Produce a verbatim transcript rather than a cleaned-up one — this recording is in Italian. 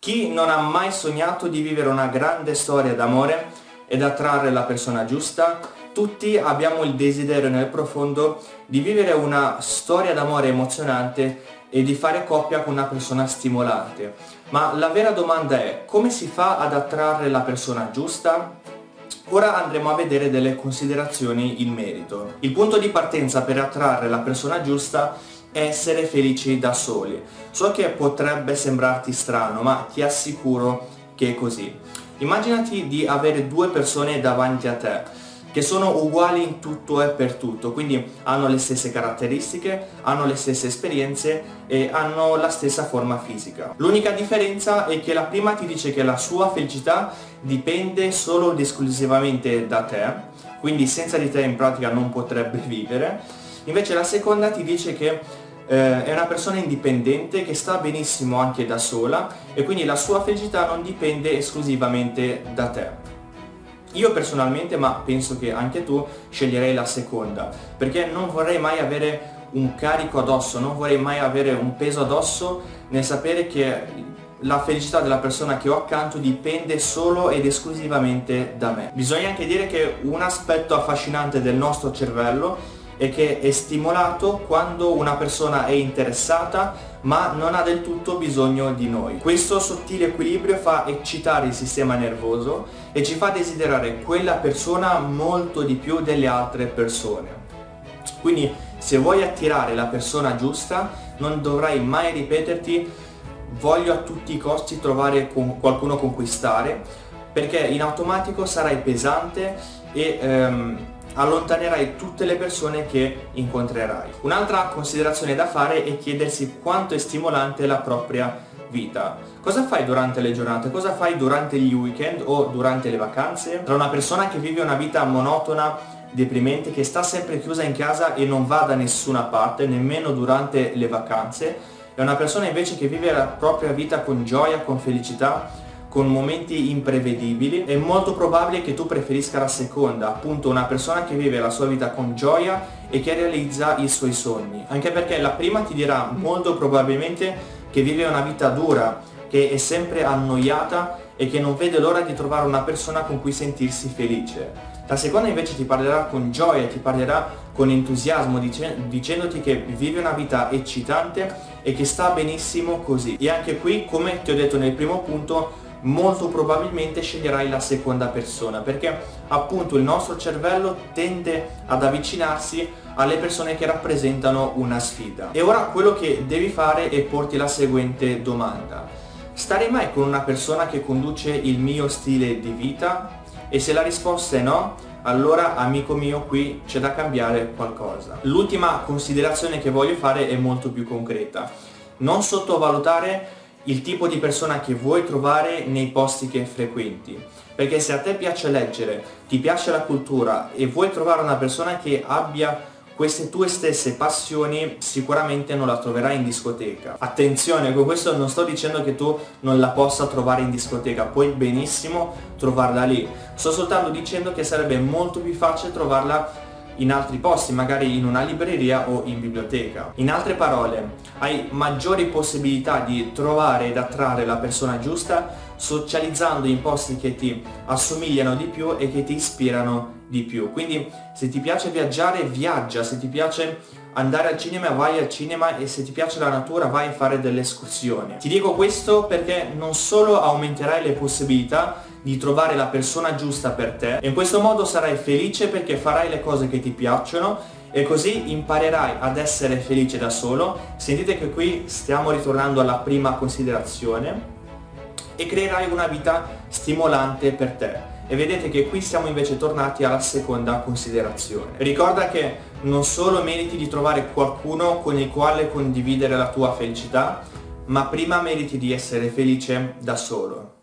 Chi non ha mai sognato di vivere una grande storia d'amore ed attrarre la persona giusta? Tutti abbiamo il desiderio nel profondo di vivere una storia d'amore emozionante e di fare coppia con una persona stimolante. Ma la vera domanda è: come si fa ad attrarre la persona giusta? Ora andremo a vedere delle considerazioni in merito. Il punto di partenza per attrarre la persona giusta è essere felici da soli. So che potrebbe sembrarti strano, ma ti assicuro che è così. Immaginati di avere due persone davanti a te che sono uguali in tutto e per tutto, quindi hanno le stesse caratteristiche, hanno le stesse esperienze e hanno la stessa forma fisica. L'unica differenza è che la prima ti dice che la sua felicità dipende solo ed esclusivamente da te, quindi senza di te in pratica non potrebbe vivere, invece la seconda ti dice che eh, è una persona indipendente che sta benissimo anche da sola e quindi la sua felicità non dipende esclusivamente da te. Io personalmente, ma penso che anche tu, sceglierei la seconda, perché non vorrei mai avere un carico addosso, non vorrei mai avere un peso addosso nel sapere che la felicità della persona che ho accanto dipende solo ed esclusivamente da me. Bisogna anche dire che un aspetto affascinante del nostro cervello è che è stimolato quando una persona è interessata ma non ha del tutto bisogno di noi. Questo sottile equilibrio fa eccitare il sistema nervoso e ci fa desiderare quella persona molto di più delle altre persone. Quindi se vuoi attirare la persona giusta non dovrai mai ripeterti voglio a tutti i costi trovare qualcuno a conquistare, perché in automatico sarai pesante e ehm, allontanerai tutte le persone che incontrerai. Un'altra considerazione da fare è chiedersi quanto è stimolante la propria vita. Cosa fai durante le giornate? Cosa fai durante gli weekend o durante le vacanze? Tra una persona che vive una vita monotona, deprimente, che sta sempre chiusa in casa e non va da nessuna parte, nemmeno durante le vacanze, e una persona invece che vive la propria vita con gioia, con felicità, con momenti imprevedibili, è molto probabile che tu preferisca la seconda, appunto una persona che vive la sua vita con gioia e che realizza i suoi sogni. Anche perché la prima ti dirà molto probabilmente che vive una vita dura, che è sempre annoiata e che non vede l'ora di trovare una persona con cui sentirsi felice. La seconda invece ti parlerà con gioia, ti parlerà con entusiasmo, dice, dicendoti che vive una vita eccitante e che sta benissimo così. E anche qui, come ti ho detto nel primo punto, molto probabilmente sceglierai la seconda persona, perché appunto il nostro cervello tende ad avvicinarsi alle persone che rappresentano una sfida. E ora quello che devi fare è porti la seguente domanda: starei mai con una persona che conduce il mio stile di vita? E se la risposta è no, allora amico mio qui c'è da cambiare qualcosa. L'ultima considerazione che voglio fare è molto più concreta: non sottovalutare il tipo di persona che vuoi trovare nei posti che frequenti, perché se a te piace leggere, ti piace la cultura e vuoi trovare una persona che abbia queste tue stesse passioni, sicuramente non la troverai in discoteca. Attenzione, con questo non sto dicendo che tu non la possa trovare in discoteca, puoi benissimo trovarla lì, sto soltanto dicendo che sarebbe molto più facile trovarla in altri posti, magari in una libreria o in biblioteca. In altre parole, hai maggiori possibilità di trovare ed attrarre la persona giusta socializzando in posti che ti assomigliano di più e che ti ispirano di più. Quindi se ti piace viaggiare, viaggia, se ti piace andare al cinema, vai al cinema, e se ti piace la natura, vai a fare delle escursioni. Ti dico questo perché non solo aumenterai le possibilità di trovare la persona giusta per te, e in questo modo sarai felice perché farai le cose che ti piacciono e così imparerai ad essere felice da solo. Sentite che qui stiamo ritornando alla prima considerazione, e creerai una vita stimolante per te. E vedete che qui siamo invece tornati alla seconda considerazione. Ricorda che non solo meriti di trovare qualcuno con il quale condividere la tua felicità, ma prima meriti di essere felice da solo.